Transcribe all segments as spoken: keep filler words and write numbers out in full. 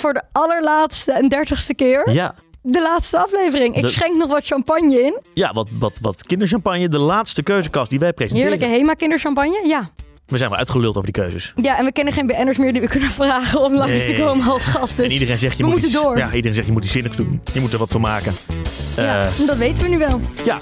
voor de allerlaatste en dertigste keer. Ja. De laatste aflevering. Ik De... schenk nog wat champagne in. Ja, wat, wat, wat kinderchampagne. De laatste keuzekast die wij presenteren. Heerlijke Hema kinderchampagne, ja. We zijn wel uitgeluld over die keuzes. Ja, en we kennen geen B N'ers meer die we kunnen vragen om langs nee. te komen als gast. Dus en iedereen zegt, je we moet moeten iets, door. Ja, iedereen zegt, je moet iets zinnigs doen. Je moet er wat van maken. Ja, uh, dat weten we nu wel. Ja.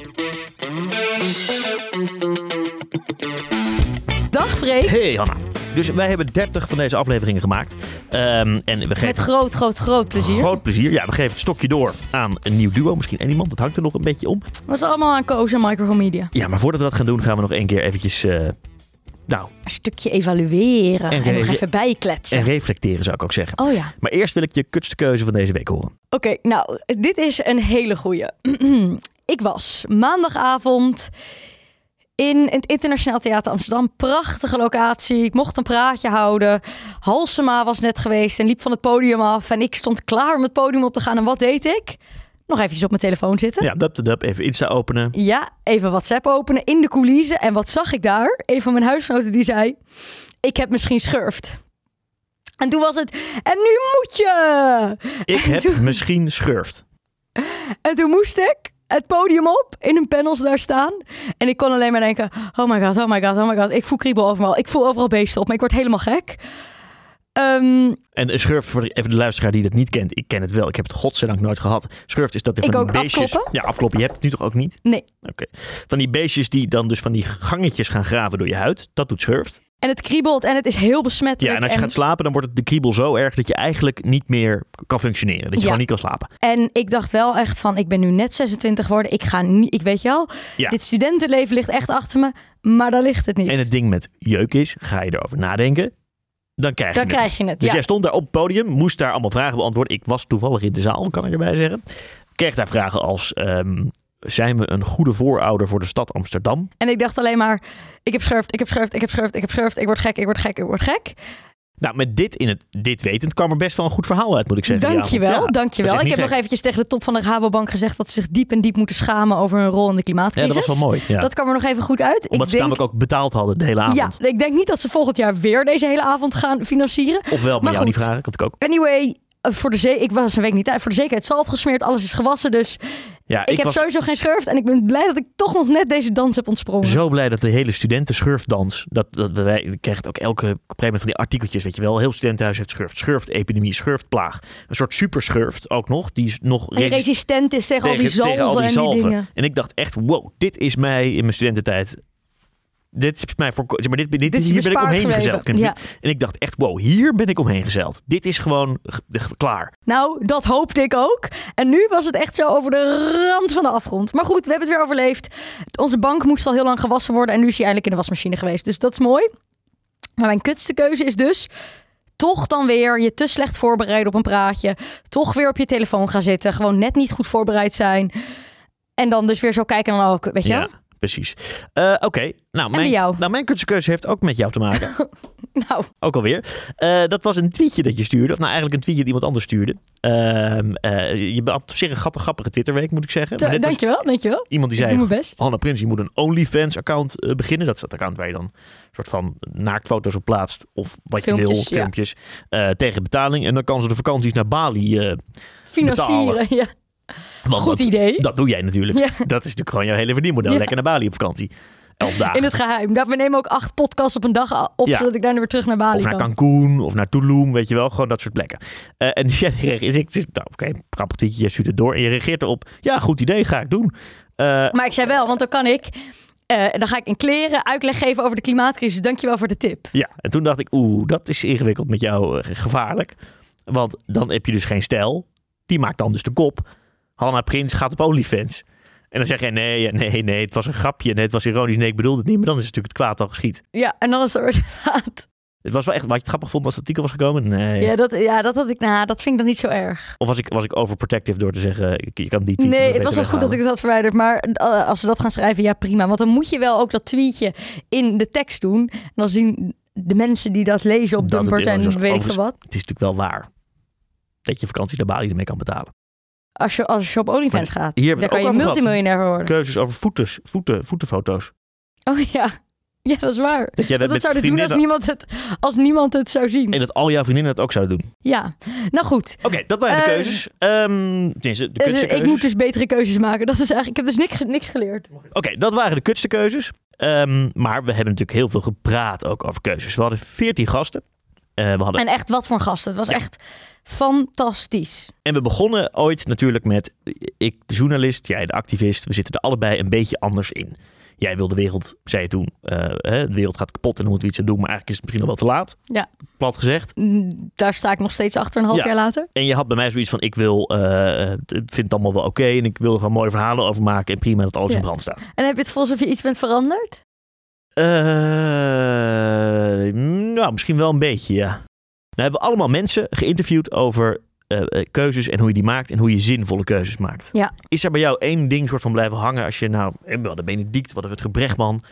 Dag Freek. Hey Hanna. Dus wij hebben dertig van deze afleveringen gemaakt. Um, en we geven Met groot, groot, groot plezier. Groot plezier. Ja, we geven het stokje door aan een nieuw duo. Misschien één iemand. Dat hangt er nog een beetje om. Dat was allemaal aan Koos en Microphone Media. Ja, maar voordat we dat gaan doen, gaan we nog één keer eventjes... Uh, nou, een stukje evalueren en, en nog re- even bijkletsen. En reflecteren zou ik ook zeggen. Oh ja. Maar eerst wil ik je kutste keuze van deze week horen. Oké, okay, nou, dit is een hele goeie. Ik was maandagavond in het Internationaal Theater Amsterdam. Prachtige locatie. Ik mocht een praatje houden. Halsema was net geweest en liep van het podium af. En ik stond klaar om het podium op te gaan. En wat deed ik? Nog eventjes op mijn telefoon zitten. Ja, dup, dup, even Insta openen. Ja, even WhatsApp openen in de coulissen. En wat zag ik daar? Een van mijn huisgenoten die zei, ik heb misschien schurft. En toen was het, en nu moet je! Ik en heb toen, misschien schurft. En toen moest ik het podium op, in een panels daar staan. En ik kon alleen maar denken, oh my god, oh my god, oh my god. Ik voel kriebel overal. Ik voel overal beesten op, maar ik word helemaal gek. Um, en een schurft, voor de, even de luisteraar die dat niet kent. Ik ken het wel, ik heb het godzijdank nooit gehad. Schurft is dat er van die beestjes... Afkloppen? Ja, afkloppen. Je hebt het nu toch ook niet? Nee. Oké. Okay. Van die beestjes die dan dus van die gangetjes gaan graven door je huid. Dat doet schurft. En het kriebelt en het is heel besmettelijk. Ja, en als je en... gaat slapen, dan wordt het de kriebel zo erg dat je eigenlijk niet meer kan functioneren. Dat je ja. gewoon niet kan slapen. En ik dacht wel echt van, ik ben nu net zesentwintig geworden. Ik ga niet, ik weet je al, ja. dit studentenleven ligt echt achter me. Maar daar ligt het niet. En het ding met jeuk is, ga je erover nadenken, dan krijg je dan het. Krijg je het dus ja. jij stond daar op het podium, moest daar allemaal vragen beantwoorden. Ik was toevallig in de zaal, kan ik erbij zeggen. Kreeg daar vragen als... Um, zijn we een goede voorouder voor de stad Amsterdam? En ik dacht alleen maar, ik heb schurft, ik heb schurft, ik heb schurft, ik heb schurft, ik word gek, ik word gek, ik word gek. Nou, met dit in het dit wetend kwam er best wel een goed verhaal uit, moet ik zeggen. Dankjewel, ja, dankjewel. Ik heb gek. nog eventjes tegen de top van de Rabobank gezegd dat ze zich diep en diep moeten schamen over hun rol in de klimaatcrisis. Ja, dat was wel mooi. Ja. Dat kwam er nog even goed uit. Omdat ik ze denk... namelijk ook betaald hadden de hele avond. Ja, ik denk niet dat ze volgend jaar weer deze hele avond gaan financieren. Ofwel, maar, maar jou goed. niet vragen, kan ik ook. Anyway, voor de zee, ik was een week niet uit. Voor de zekerheid zalf gesmeerd, alles is gewassen, dus... Ja, ik, ik heb was... sowieso geen schurft en ik ben blij dat ik toch nog net deze dans heb ontsprongen. Zo blij dat de hele studentenschurftdans, dat, dat wij ik krijg het ook elke moment van die artikeltjes, weet je wel. Heel studentenhuis heeft schurft, schurftepidemie, schurftplaag. Een soort superschurft ook nog, die is nog resist- resistent is tegen, tegen al die zalven, tegen al die zalven en die dingen. En ik dacht echt, wow, dit is mij in mijn studententijd... Dit is mij voor, maar dit, dit, dit hier ben ik omheen gezeild. Ja. En ik dacht echt, wow, hier ben ik omheen gezeild. Dit is gewoon g- klaar. Nou, dat hoopte ik ook. En nu was het echt zo over de rand van de afgrond. Maar goed, we hebben het weer overleefd. Onze bank moest al heel lang gewassen worden en nu is hij eindelijk in de wasmachine geweest. Dus dat is mooi. Maar mijn kutste keuze is dus... toch dan weer je te slecht voorbereiden op een praatje. Toch weer op je telefoon gaan zitten. Gewoon net niet goed voorbereid zijn. En dan dus weer zo kijken en dan ook, weet je ja. Precies. Uh, Oké, okay. nou, mijn, nou, mijn kutse keuze heeft ook met jou te maken. nou. Ook alweer. Uh, dat was een tweetje dat je stuurde. Of nou, eigenlijk een tweetje dat iemand anders stuurde. Uh, uh, je bent op zich een grappige, grappige Twitterweek, moet ik zeggen. Da- dankjewel, dankjewel. Iemand die zei, Hanna Prins, je moet een OnlyFans-account uh, beginnen. Dat is dat account waar je dan een soort van naaktfoto's op plaatst. Of wat filmpjes, je wil, filmpjes. Ja. Uh, tegen betaling. En dan kan ze de vakanties naar Bali uh, financieren, betalen. ja. Want Goed dat, idee. Dat doe jij natuurlijk. Ja. Dat is natuurlijk gewoon jouw hele verdienmodel. Ja. Lekker naar Bali op vakantie. Elf dagen. In het geheim. We nemen ook acht podcasts op een dag op, ja. zodat ik daarna weer terug naar Bali of kan. Of naar Cancun, of naar Tulum, weet je wel. Gewoon dat soort plekken. Uh, en jij reageert, ik zeg, nou oké, okay, grappig tietje, je stuurt het door. En je reageert erop, ja, goed idee, ga ik doen. Uh, maar ik zei wel, want dan kan ik... Uh, dan ga ik in kleren uitleg geven over de klimaatcrisis. Dankjewel voor de tip. Ja, en toen dacht ik, oeh, dat is ingewikkeld met jou, uh, gevaarlijk. Want dan heb je dus geen stijl. Die maakt dan dus de kop. Hanna Prins gaat op OnlyFans. En dan zeg jij, nee, nee, nee, het was een grapje. Nee, het was ironisch. Nee, ik bedoelde het niet. Maar dan is natuurlijk het kwaad al geschied. Ja, en dan is het weer laat. Het was wel echt, wat je het grappig vond als het artikel was gekomen? Nee. Ja, dat, ja, dat had ik, nou, dat vind ik dan niet zo erg. Of was ik, was ik overprotective door te zeggen, je kan die tweet... Nee, het was wel goed dat ik het had verwijderd. Maar als ze dat gaan schrijven, ja prima. Want dan moet je wel ook dat tweetje in de tekst doen. En dan zien de mensen die dat lezen op Dumpert en weet ik veel wat. Het is natuurlijk wel waar dat je vakanties naar Bali ermee kan betalen. Als je, als je op OnlyFans gaat, hier dan kan je multimiljonair worden. Keuzes over voeten, voeten, voetenfoto's. Oh ja. Ja, dat is waar. Dat jij dat dat met zouden doen als vriendinnen... niemand, het, als niemand het zou zien. En dat al jouw vriendinnen het ook zouden doen. Ja, nou goed. Oké, okay, dat waren de Uh, keuzes. Um, tenminste, de kutste uh, keuzes. Ik moet dus betere keuzes maken. Dat is eigenlijk, ik heb dus niks, niks geleerd. Oké, okay, dat waren de kutste keuzes. Um, maar we hebben natuurlijk heel veel gepraat ook over keuzes. We hadden veertien gasten. Uh, we hadden... En echt wat voor een gast. Het was ja. echt fantastisch. En we begonnen ooit natuurlijk met... Ik de journalist, jij de activist. We zitten er allebei een beetje anders in. Jij wil de wereld, zei je toen, uh, hè, de wereld gaat kapot en dan moeten we iets aan doen. Maar eigenlijk is het misschien al wel te laat. Ja. Plat gezegd. Daar sta ik nog steeds achter een half ja. jaar later. En je had bij mij zoiets van, ik wil, uh, vind het allemaal wel oké. Okay, en ik wil er gewoon mooie verhalen over maken. En prima dat alles ja. in brand staat. En heb je het volgens of je iets bent veranderd? Uh, nou, misschien wel een beetje, ja. Nou hebben we allemaal mensen geïnterviewd over uh, keuzes en hoe je die maakt en hoe je zinvolle keuzes maakt. Ja. Is er bij jou één ding soort van blijven hangen als je nou, we hadden Benedict, we hadden Rutger Bregman,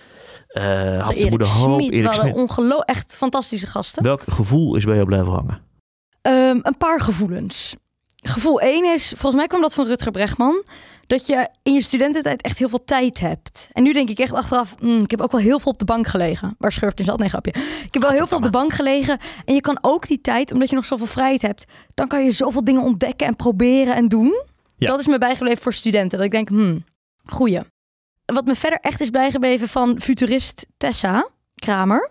uh, had de moeder Hoop, Erik Smit, we ongeloof, echt fantastische gasten. Welk gevoel is bij jou blijven hangen? Um, een paar gevoelens. Gevoel één is, volgens mij kwam dat van Rutger Bregman, dat je in je studententijd echt heel veel tijd hebt. En nu denk ik echt achteraf, mm, ik heb ook wel heel veel op de bank gelegen. Waar schurft in zat? Nee, grapje. Ik heb wel heel veel op de bank gelegen. En je kan ook die tijd, omdat je nog zoveel vrijheid hebt, dan kan je zoveel dingen ontdekken en proberen en doen. Ja. Dat is me bijgebleven voor studenten. Dat ik denk, hmm, goeie. Wat me verder echt is bijgebleven van futurist Tessa Kramer,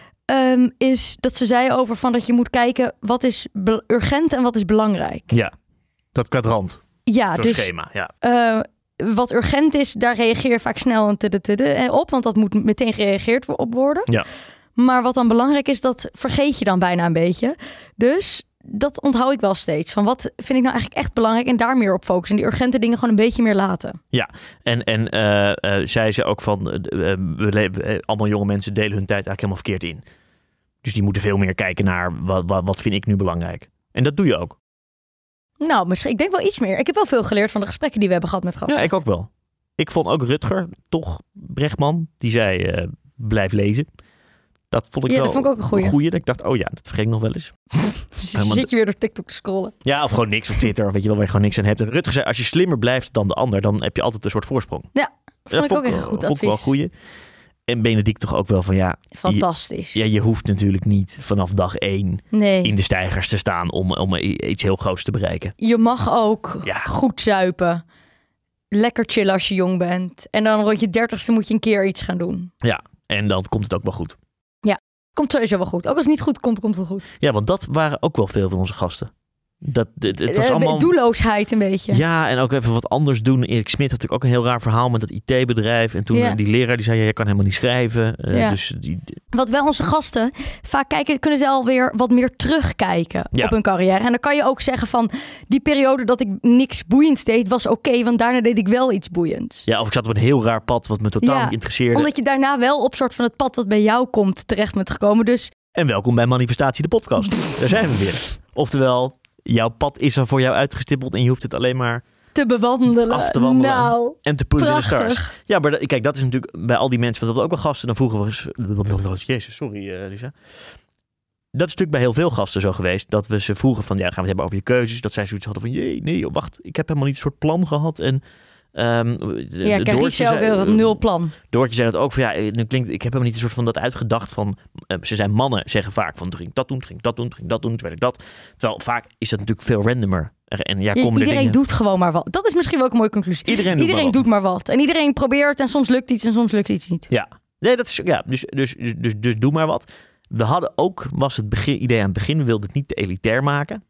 Um, is dat ze zei over van dat je moet kijken wat is be- urgent en wat is belangrijk. Ja, dat kwadrant. Ja, zo'n dus schema. Ja. Uh, wat urgent is, daar reageer je vaak snel en tede, tede op, want dat moet meteen gereageerd op worden. Ja. Maar wat dan belangrijk is, dat vergeet je dan bijna een beetje. Dus dat onthoud ik wel steeds. Van wat vind ik nou eigenlijk echt belangrijk en daar meer op focussen. En die urgente dingen gewoon een beetje meer laten. Ja, en, en uh, uh, zei ze ook van, uh, we leven, uh, allemaal jonge mensen delen hun tijd eigenlijk helemaal verkeerd in. Dus die moeten veel meer kijken naar wat, wat, wat vind ik nu belangrijk. En dat doe je ook. Nou, misschien, ik denk wel iets meer. Ik heb wel veel geleerd van de gesprekken die we hebben gehad met gasten. Ja, ik ook wel. Ik vond ook Rutger, toch, Bregman, die zei, uh, blijf lezen. Dat vond ik ja, wel dat vond ik ook een goeie. een goeie. Dat ik dacht, oh ja, dat vergeet ik nog wel eens. Dus uh, zit je weer door TikTok te scrollen. Ja, of gewoon niks op Twitter, weet je wel, waar je gewoon niks aan hebt. En Rutger zei, als je slimmer blijft dan de ander, dan heb je altijd een soort voorsprong. Ja, vond dat ik ook echt een goed vond advies. Ik wel een goeie. En Benedict toch ook wel van ja... Fantastisch. Je, ja, je hoeft natuurlijk niet vanaf dag één nee. in de steigers te staan om, om iets heel groots te bereiken. Je mag ook ja. goed zuipen. Lekker chillen als je jong bent. En dan rond je dertigste moet je een keer iets gaan doen. Ja, en dan komt het ook wel goed. Ja, komt sowieso wel goed. Ook als het niet goed komt, komt het goed. Ja, want dat waren ook wel veel van onze gasten. Dat, het, het was allemaal... Doelloosheid een beetje. Ja, en ook even wat anders doen. Erik Smit had natuurlijk ook een heel raar verhaal met dat I T-bedrijf. En toen ja. die leraar die zei, ja, je kan helemaal niet schrijven. Uh, ja. dus die... Wat wel onze gasten vaak kijken, kunnen ze alweer wat meer terugkijken ja. op hun carrière. En dan kan je ook zeggen van, die periode dat ik niks boeiends deed, was oké, okay, want daarna deed ik wel iets boeiends. Ja, of ik zat op een heel raar pad wat me totaal ja, niet interesseerde. Omdat je daarna wel op soort van het pad wat bij jou komt terecht bent gekomen. Dus... En welkom bij Manifestatie, de podcast. Daar zijn we weer. Oftewel... Jouw pad is er voor jou uitgestippeld en je hoeft het alleen maar te bewandelen. Af te wandelen. Nou, en te poelen de prachtig. stars. Ja, maar dat, kijk, dat is natuurlijk bij al die mensen, want dat ook wel gasten, dan vroegen we eens, jezus, sorry uh, Lisa. Dat is natuurlijk bij heel veel gasten zo geweest, dat we ze vroegen van, ja, gaan we het hebben over je keuzes. Dat zij zoiets hadden van, jee, nee, wacht, ik heb helemaal niet een soort plan gehad. En Um, ja, Doortje zei ook een nul plan. Doortje zei dat ook van ja, nu klinkt, ik heb helemaal niet een soort van dat uitgedacht van. Uh, ze zijn mannen zeggen vaak van, toen ging ik dat doen, toen ging ik dat doen, toen ging ik dat doen, toen werd ik dat. Terwijl vaak is dat natuurlijk veel randomer. En ja, komen iedereen dingen... doet gewoon maar wat. Dat is misschien wel een mooie conclusie. Iedereen, doet, iedereen maar doet maar wat. En iedereen probeert en soms lukt iets en soms lukt iets niet. Ja, nee, dat is ja. Dus, dus, dus, dus, dus doe maar wat. We hadden ook, was het begin, idee aan het begin, we wilden het niet te elitair maken.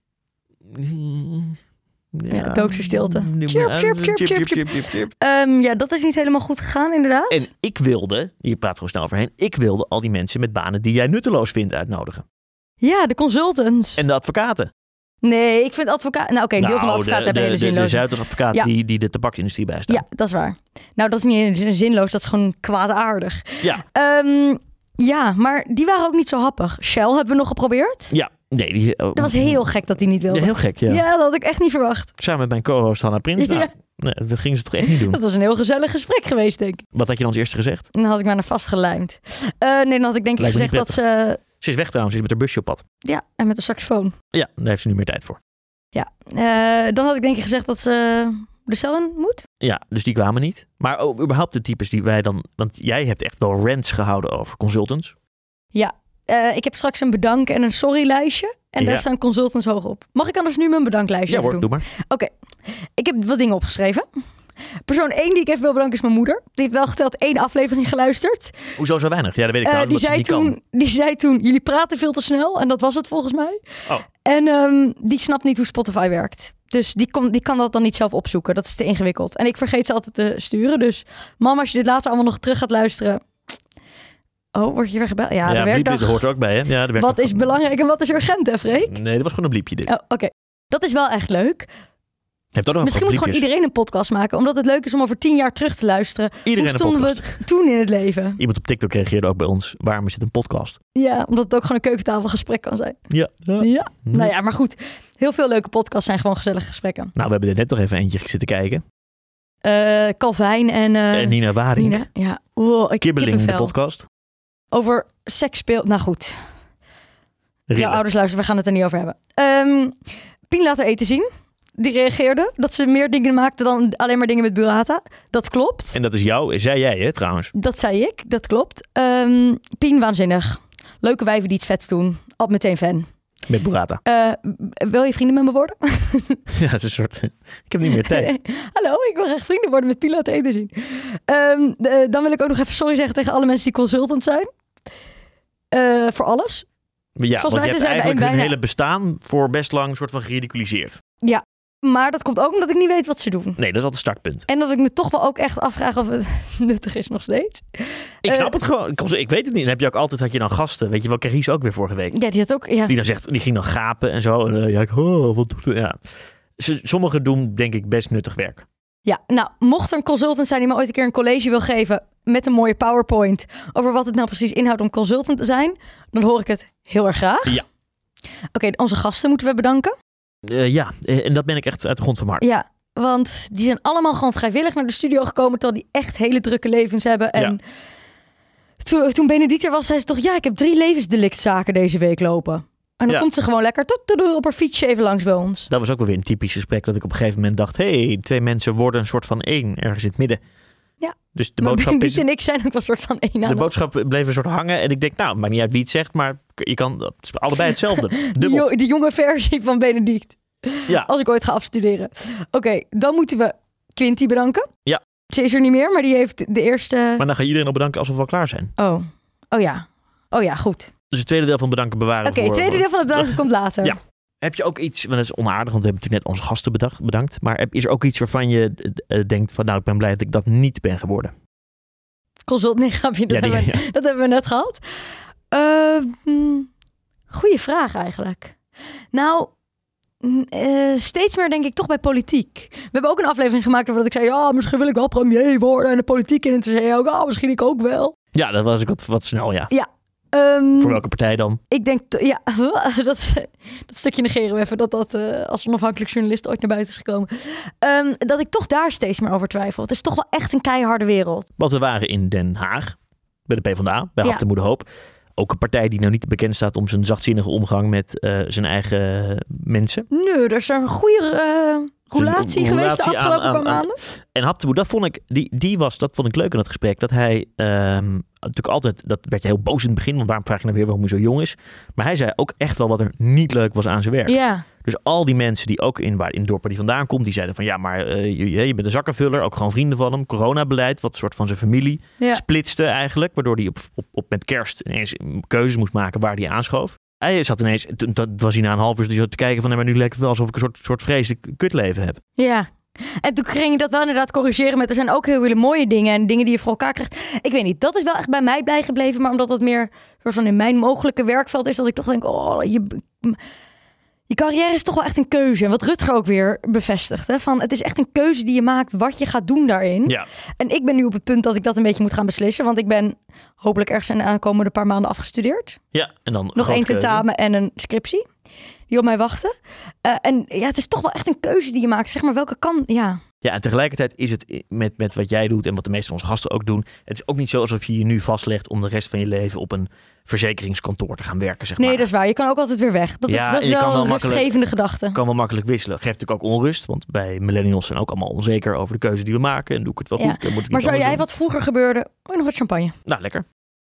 Ja, ja doodse stilte. Chirp, chirp, chirp, chirp, chirp, chirp, chirp. Um, ja, dat is niet helemaal goed gegaan, inderdaad. En ik wilde, je praat gewoon snel overheen, ik wilde al die mensen met banen die jij nutteloos vindt uitnodigen. Ja, de consultants. En de advocaten. Nee, ik vind advocaat. Nou, oké, okay, nou, deel van de advocaten hebben hele zinloos. De, de Zuiders advocaat ja. die, die de tabaksindustrie bijstaan. Ja, dat is waar. Nou, dat is niet zinloos, dat is gewoon kwaadaardig. Ja. Um, ja, maar die waren ook niet zo happig. Shell hebben we nog geprobeerd. Ja. Nee, die, oh, dat was heel gek dat die niet wilde. Ja, heel gek, ja. Ja, dat had ik echt niet verwacht. Samen met mijn co-host Hanna Prins. Nou, ja. Nee, dat gingen ze toch echt niet doen. Dat was een heel gezellig gesprek geweest, denk ik. Wat had je dan als eerste gezegd? Dan had ik maar naar vastgelijmd. Uh, nee, dan had ik denk ik gezegd dat ze... Ze is weg trouwens, ze is met haar busje op pad. Ja, en met de saxofoon. Ja, daar heeft ze nu meer tijd voor. Ja, uh, dan had ik denk ik gezegd dat ze de cel in moet. Ja, dus die kwamen niet. Maar ook überhaupt de types die wij dan... Want jij hebt echt wel rants gehouden over consultants. Ja, uh, ik heb straks een bedank- en een sorry-lijstje. En daar Ja. staan consultants hoog op. Mag ik anders nu mijn bedanklijstje Ja even hoor, doen? doe maar. Oké, ik heb wat dingen opgeschreven. Persoon één die ik even wil bedanken is mijn moeder. Die heeft wel geteld één aflevering geluisterd. Hoezo zo weinig? Ja, dat weet ik Uh, trouwens, die, omdat ze zei niet toen, die zei toen, jullie praten veel te snel. En dat was het volgens mij. Oh. En um, die snapt niet hoe Spotify werkt. Dus die, kon, die kan dat dan niet zelf opzoeken. Dat is te ingewikkeld. En ik vergeet ze altijd te sturen. Dus mama, als je dit later allemaal nog terug gaat luisteren... Oh, word je weer gebeld? Ja, kan. de Ja, werkdag. bliep, dat hoort er ook bij, hè? Ja, de werkdag Wat is van- belangrijk en wat is urgent, hè, Freek? Nee, dat was gewoon een bliepje dit. Oh, Oké, okay. Dat is wel echt leuk. Heeft ook nog Misschien moet wat gewoon bliepjes. iedereen een podcast maken. Omdat het leuk is om over tien jaar terug te luisteren. Iedereen Hoe een stonden podcast. we toen in het leven? Iemand op TikTok reageerde ook bij ons. Waarom is dit een podcast? Ja, omdat het ook gewoon een keukentafelgesprek kan zijn. Ja. ja. Ja. Nou ja, maar goed. Heel veel leuke podcasts zijn gewoon gezellige gesprekken. Nou, we hebben er net nog even eentje zitten kijken. Uh, Calvijn en... Uh, en Nina Waring. Nina, ja. Wow, ik Kibbeling, de kippenvel. podcast. Over seks speelt... Nou goed. Rillen. Jouw ouders luisteren, we gaan het er niet over hebben. Um, Pien laat haar eten zien. Die reageerde dat ze meer dingen maakte dan alleen maar dingen met burrata. Dat klopt. En dat is jou, zei jij hè, trouwens. Dat zei ik, dat klopt. Um, Pien, waanzinnig. Leuke wijven die iets vets doen. Al meteen fan. Met burrata. Uh, wil je vrienden met me worden? Ja, het is een soort... Ik heb niet meer tijd. Hallo, ik wil graag vrienden worden met Pien laten eten zien. Um, de, dan wil ik ook nog even sorry zeggen tegen alle mensen die consultant zijn. Uh, voor alles. Ja, Volgens want je mij hebt zijn er eigenlijk een hun bijna- hele bestaan voor best lang soort van geridiculiseerd. Ja, maar dat komt ook omdat ik niet weet wat ze doen. Nee, dat is al het startpunt. En dat ik me toch wel ook echt afvraag of het nuttig is nog steeds. Ik snap Uh, het gewoon. Ik, ik weet het niet. Dan heb je ook altijd, had je dan gasten. Weet je wel, Carice ook weer vorige week. Ja, die had ook... Ja. Die dan zegt, die ging dan gapen en zo. En uh, ja, ik, oh, wat doet het? Ja. Ze- Sommigen doen denk ik best nuttig werk. Ja, nou, mocht er een consultant zijn die me ooit een keer een college wil geven met een mooie PowerPoint over wat het nou precies inhoudt om consultant te zijn, dan hoor ik het heel erg graag. Ja. Oké, okay, onze gasten moeten we bedanken. Uh, ja, en dat ben ik echt uit de grond van mijn hart. Ja, want die zijn allemaal gewoon vrijwillig naar de studio gekomen, terwijl die echt hele drukke levens hebben. En Ja. toen, toen Benedict er was, zei ze toch, ja, ik heb drie levensdelictzaken deze week lopen. En dan Ja. komt ze gewoon lekker tot, tot, tot, op haar fietsje even langs bij ons. Dat was ook wel weer een typisch gesprek dat ik op een gegeven moment dacht, hé, hey, twee mensen worden een soort van één ergens in het midden. Ja. Dus de Maar boodschap, Benedict is, en ik zijn ook wel een soort van één aan de het- boodschap bleef een soort hangen. En ik denk, nou, maakt niet uit wie het zegt, maar je kan het is allebei hetzelfde. Die, Dubbel. jo- die jonge versie van Benedict. Ja. Als ik ooit ga afstuderen. Oké, okay, dan moeten we Quinty bedanken. Ja. Ze is er niet meer, maar die heeft de eerste... Maar dan ga iedereen al bedanken alsof we al klaar zijn. Oh, oh ja. Oh ja, goed. Dus het tweede deel van bedanken bewaren Oké, voor... het tweede deel van het bedanken komt later. Ja. Heb je ook iets, want dat is onaardig, want we hebben natuurlijk net onze gasten bedacht, bedankt. Maar heb- is er ook iets waarvan je uh, denkt van, nou, ik ben blij dat ik dat niet ben geworden? Consult, nee, grapje, dat, Ja, die- hebben, we, ja. dat hebben we net gehad. Uh, hmm, goeie vraag eigenlijk. Nou, mm, uh, steeds meer denk ik toch bij politiek. We hebben ook een aflevering gemaakt over dat ik zei, ja, misschien wil ik wel premier worden en de politiek in. En toen zei je ook, ah, misschien ik ook wel. Ja, dat was ik wat, wat snel, ja. Ja. Um, Voor welke partij dan? Ik denk, to- ja, dat, dat stukje negeren we even, dat dat uh, als onafhankelijk journalist ooit naar buiten is gekomen. Um, dat ik toch daar steeds meer over twijfel. Het is toch wel echt een keiharde wereld. Want we waren in Den Haag, bij de PvdA, bij Ja. Hart en Moeder Hoop. Ook een partij die nou niet bekend staat om zijn zachtzinnige omgang met uh, zijn eigen mensen. Nee, er is een goede uh, roulatie Een geweest de roulatie aan- afgelopen aan- paar aan- maanden. En Hapteboe, dat vond ik, die, die was, dat vond ik leuk in dat gesprek. Dat hij um, natuurlijk altijd, dat werd je heel boos in het begin, want waarom vraag je nou weer waarom hij zo jong is? Maar hij zei ook echt wel wat er niet leuk was aan zijn werk. Ja. Dus al die mensen die ook in, waar, in het dorp waar die vandaan komt, die zeiden van ja, maar uh, je, je bent een zakkenvuller, ook gewoon vrienden van hem. Coronabeleid, wat een soort van zijn familie Ja. splitste eigenlijk, waardoor hij op, op, op met kerst ineens keuzes moest maken waar hij aanschoof. Hij zat ineens, dat was hij na een half uur te kijken van, nee, maar nu lijkt het wel alsof ik een soort, soort vreselijk kutleven heb. Ja. En toen ging je dat wel inderdaad corrigeren met, er zijn ook heel veel mooie dingen en dingen die je voor elkaar krijgt. Ik weet niet, dat is wel echt bij mij bijgebleven, maar omdat dat meer soort van in mijn mogelijke werkveld is, dat ik toch denk, oh, je, je carrière is toch wel echt een keuze. En wat Rutger ook weer bevestigt, hè, van het is echt een keuze die je maakt wat je gaat doen daarin. Ja. En ik ben nu op het punt dat ik dat een beetje moet gaan beslissen, want ik ben hopelijk ergens in de aankomende paar maanden afgestudeerd. Ja, en dan Nog één keuze. tentamen en een scriptie die op mij wachten. Uh, en ja, het is toch wel echt een keuze die je maakt. Zeg maar, welke kan, ja. Ja, en tegelijkertijd is het met, met wat jij doet en wat de meeste van onze gasten ook doen. Het is ook niet zo alsof je je nu vastlegt om de rest van je leven op een verzekeringskantoor te gaan werken, zeg Nee, maar. dat is waar. Je kan ook altijd weer weg. Dat Ja, is, dat is je kan wel wel een makkelijk- rustgevende gedachte. Kan wel makkelijk wisselen. Geeft natuurlijk ook onrust, want bij millennials zijn ook allemaal onzeker over de keuze die we maken. En doe ik het wel Ja. goed? En moet ik niet Maar zou anders jij doen? wat vroeger gebeurde... Oh, nog wat champagne. Nou, lekker.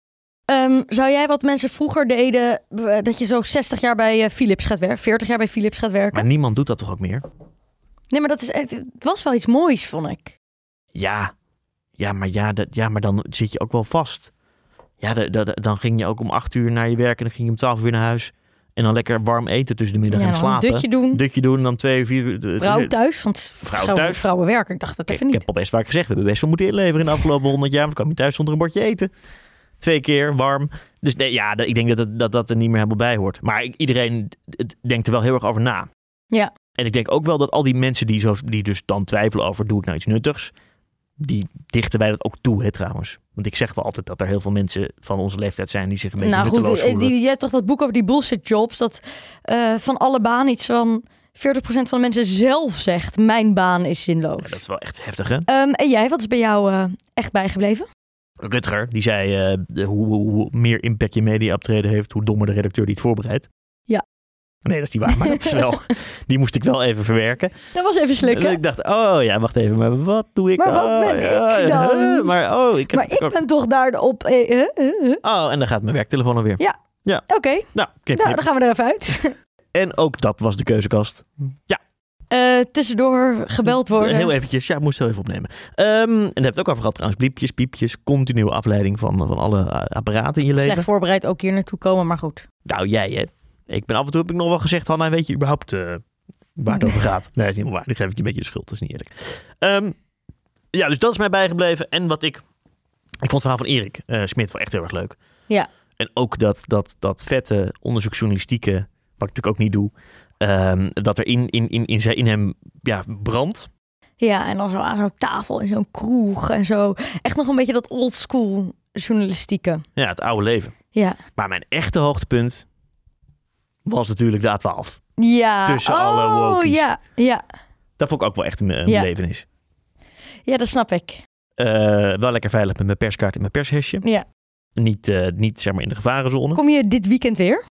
Um, zou jij wat mensen vroeger deden... uh, dat je zo zestig jaar bij uh, Philips gaat werken... veertig jaar bij Philips gaat werken? Maar niemand doet dat toch ook meer? Nee, maar dat is, het was wel iets moois, vond ik. Ja, ja, maar, ja, dat, ja, maar dan zit je ook wel vast. Ja, de, de, de- dan ging je ook om acht uur naar je werk en dan ging je om twaalf uur naar huis. En dan lekker warm eten tussen de middag Ja, en dan een slapen. dutje doen. Dutje doen en dan twee uur, vier uur. de- Vrouw de- thuis, want Vrouw vrouwen, thuis. vrouwen werken. Ik dacht dat Kijk, even ik niet. heb al best vaak gezegd, we hebben best wel moeten inleveren in de afgelopen honderd jaar. Want dan kwam je thuis zonder een bordje eten. Twee keer warm. Dus nee, ja, dat- ik denk dat, het, dat dat er niet meer helemaal bij hoort. Maar ik- iedereen het denkt er wel heel erg over na. Ja. En ik denk ook wel dat al die mensen die, zo, die dus dan twijfelen over, doe ik nou iets nuttigs? Die dichten wij dat ook toe, hè, trouwens. Want ik zeg wel altijd dat er heel veel mensen van onze leeftijd zijn die zich een beetje Nou nutteloos goed, voelen. die, je hebt toch dat boek over die bullshit jobs. Dat uh, van alle banen iets van veertig procent van de mensen zelf zegt... mijn baan is zinloos. Ja, dat is wel echt heftig, hè? Um, en jij, wat is bij jou uh, echt bijgebleven? Rutger, die zei uh, de, hoe, hoe, hoe meer impact je media optreden heeft, hoe dommer de redacteur die het voorbereidt. Ja. Nee, dat is niet waar, maar dat is wel, die moest ik wel even verwerken. Dat was even slikken. En ik dacht, oh ja, wacht even, maar wat doe ik? Maar wat oh, ben ja, ik dan? huh, maar oh, ik heb Maar ik ben toch daar op... Uh, uh, uh. Oh, en dan gaat mijn werktelefoon alweer. Ja. Ja. Oké, okay. Nou, knip, nou, knip. dan gaan we er even uit. En ook dat was de keuzekast. Ja. Uh, tussendoor gebeld worden. Heel eventjes, ja, moest heel even opnemen. Um, en daar hebben we het ook over gehad trouwens. Bliepjes, piepjes, continue afleiding van, van alle apparaten in je leven. Slecht voorbereid ook hier naartoe komen, maar goed. Nou, jij hè. Ik ben af en toe heb ik nog wel gezegd, Hanna, weet je überhaupt uh, waar het over gaat? Nee, dat is niet meer waar. Nu geef ik je een beetje de schuld. Dat is niet eerlijk. Um, ja, dus dat is mij bijgebleven. En wat ik... Ik vond het verhaal van Erik uh, Smit wel echt heel erg leuk. Ja. En ook dat, dat, dat vette onderzoeksjournalistieke, wat ik natuurlijk ook niet doe, um, dat er in, in, in, in, zijn, in hem ja, brandt. Ja, en dan zo aan zo'n tafel in zo'n kroeg en zo. Echt nog een beetje dat old school journalistieke. Ja, het oude leven. Ja. Maar mijn echte hoogtepunt was natuurlijk de A twaalf. Ja. Tussen oh, alle wokies. Ja, ja. Dat vond ik ook wel echt een, een ja. belevenis. Ja, dat snap ik. Uh, wel lekker veilig met mijn perskaart en mijn pershesje. Ja. Niet, uh, niet zeg maar in de gevarenzone. Kom je dit weekend weer?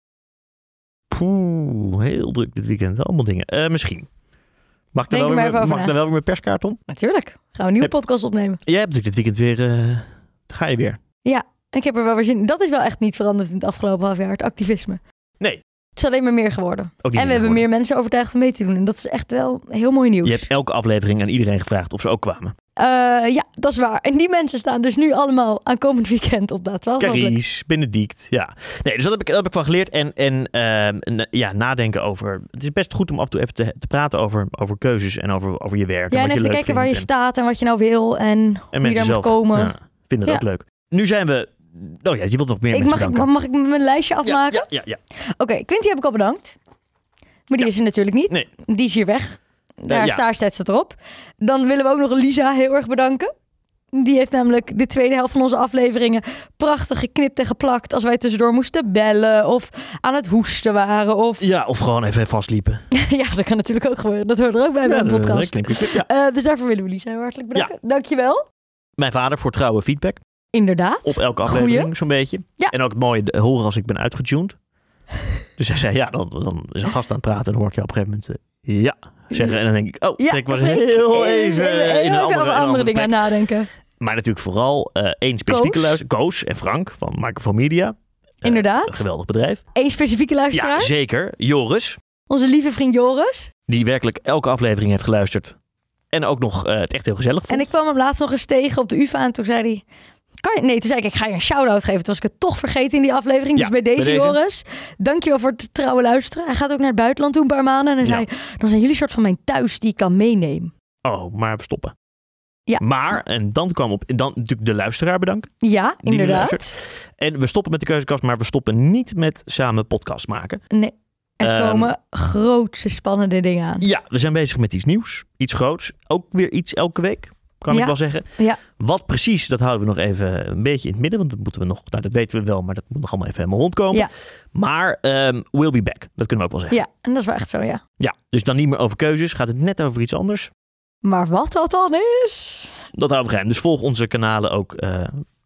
Poeh, heel druk dit weekend. Allemaal dingen. Uh, misschien. Mag ik, Denk dan wel, er weer, mag maar ik dan wel weer mijn perskaart om? Natuurlijk. Gaan we een nieuwe Heb, podcast opnemen. Jij hebt natuurlijk dit weekend weer... Uh, ga je weer. Ja, ik heb er wel weer zin in. Dat is wel echt niet veranderd in het afgelopen half jaar. Het activisme. Nee. Het is alleen maar meer geworden. Ook niet en we meer hebben geworden. meer mensen overtuigd om mee te doen. En dat is echt wel heel mooi nieuws. Je hebt elke aflevering aan iedereen gevraagd of ze ook kwamen. Uh, ja, dat is waar. En die mensen staan dus nu allemaal aankomend weekend op de A twaalf. Carice, Benedict, ja. Nee, dus dat heb ik, dat heb ik van geleerd. En, en uh, ja, nadenken over... Het is best goed om af en toe even te, te praten over, over keuzes en over, over je werk. Ja, en, en wat even je te leuk kijken waar je vindt. staat en wat je nou wil. En, En hoe je mensen daar zelf moet komen. ja, vinden dat Ja. ook leuk. Nu zijn we... Oh ja, je wilt nog meer ik mensen mag, bedanken. mag ik mijn lijstje afmaken? Ja, ja, ja. ja. Oké, okay, Quinty heb ik al bedankt. Maar die Ja. is er natuurlijk niet. Nee. Die is hier weg. Daar Uh, ja. staat staat erop. Dan willen we ook nog Lisa heel erg bedanken. Die heeft namelijk de tweede helft van onze afleveringen prachtig geknipt en geplakt als wij tussendoor moesten bellen of aan het hoesten waren. Of... Ja, of gewoon even vastliepen. ja, dat kan natuurlijk ook gebeuren. Dat hoort er ook bij bij Ja, een dat- podcast. dat klinkt goed. Ja. Uh, dus daarvoor willen we Lisa heel hartelijk bedanken. Dankjewel. Mijn vader voor trouwe feedback. Inderdaad. Op elke aflevering, Goeie. zo'n beetje. Ja. En ook het mooie de- horen als ik ben uitgetuned. Dus hij zei, ja, dan, dan is een gast aan het praten. En dan hoor ik je op een gegeven moment uh, ja zeggen. En dan denk ik, oh, Ja, ik was Freek, heel eh, even heel in een even andere, over in een andere dingen aan plek. nadenken. Maar natuurlijk vooral uh, één specifieke Koos. luisteraar. Koos en Frank van Microphone Media. Uh, Inderdaad. Een geweldig bedrijf. Eén specifieke luisteraar. Ja, zeker. Joris. Onze lieve vriend Joris. Die werkelijk elke aflevering heeft geluisterd. En ook nog uh, het echt heel gezellig vond. En ik kwam hem laatst nog eens tegen op de U vA en toen zei hij... Kan je... Nee, toen zei ik, ik ga je een shout-out geven. Toen was ik het toch vergeten in die aflevering. Ja, dus bij deze, bij deze. Joris, dankjewel voor het trouwe luisteren. Hij gaat ook naar het buitenland toe een paar maanden. En hij Ja. zei, dan zijn jullie soort van mijn thuis die ik kan meenemen. Oh, maar we stoppen. Ja. Maar, en dan kwam op, en dan natuurlijk de luisteraar bedanken. Ja, Die inderdaad. luistert. En we stoppen met de keuzekast, maar we stoppen niet met samen podcast maken. Nee, er Um, komen grootse spannende dingen aan. Ja, we zijn bezig met iets nieuws. Iets groots. Ook weer iets elke week, kan Ja. ik wel zeggen. Ja. Wat precies, dat houden we nog even een beetje in het midden. Want dat moeten we nog, nou dat weten we wel, maar dat moet nog allemaal even helemaal rondkomen. Ja. Maar um, we'll be back. Dat kunnen we ook wel zeggen. Ja, en dat is wel echt zo, ja. Ja, dus dan niet meer over keuzes. Gaat het net over iets anders. Maar wat dat dan is... Dat houden we geheim. Dus volg onze kanalen ook uh,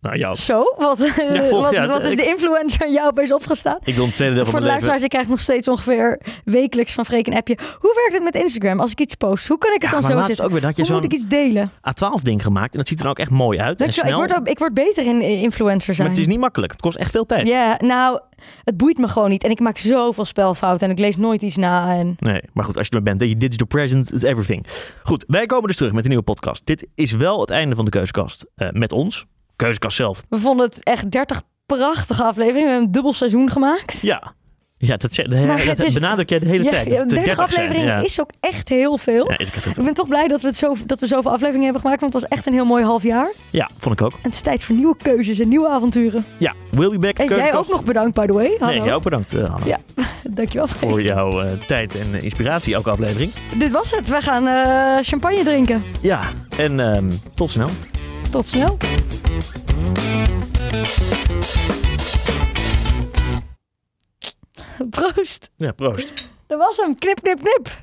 Nou, jou. Zo, wat, Ja, volg, wat, ja, wat is ik, de influencer aan jou opeens opgestaan? Ik wil een tweede deel van Voor de mijn leven... luisteraars, ik krijg nog steeds ongeveer wekelijks van Freek een appje. Hoe werkt het met Instagram als ik iets post? Hoe kan ik het Ja, dan maar zo laatst zetten? ook weer dat je Hoe moet zo'n ik iets delen? A twaalf ding gemaakt en dat ziet er dan ook echt mooi uit. En Ik, ik, snel, word, ook- ik word beter in influencer zijn. maar het is niet makkelijk. Het kost echt veel tijd. Ja, nou, het boeit me gewoon niet. En ik maak zoveel spelfouten en ik lees nooit iets na. En... Nee, maar goed, als je er bent, je digital present is everything. Goed, wij komen dus terug met een nieuwe podcast. Dit is wel het einde van de Keuzekast uh, met ons. Keuzekast zelf. We vonden het echt dertig prachtige afleveringen. We hebben een dubbel seizoen gemaakt. Ja, ja dat, dat, Maar dat het is- benadruk jij de hele Ja, tijd. ja, Dat het dertig dertig zijn, afleveringen ja. is ook echt heel veel. Ja, is ook echt heel Ik ben toch blij dat we, het zo, dat we zoveel afleveringen hebben gemaakt. Want het was echt een heel mooi half jaar. En Ja, vond ik ook. het is tijd voor nieuwe keuzes en nieuwe avonturen. Ja, we'll be back. En jij Keuzekast. ook nog bedankt, by the way. Hallo. Nee, jij ook bedankt, uh, Hanna. Ja, dankjewel. Voor jouw uh, tijd en uh, inspiratie elke aflevering. Dit was het. We gaan uh, champagne drinken. Ja, en um, tot snel. Tot snel. Proost. Ja, proost. Dat was hem. Knip, knip, knip.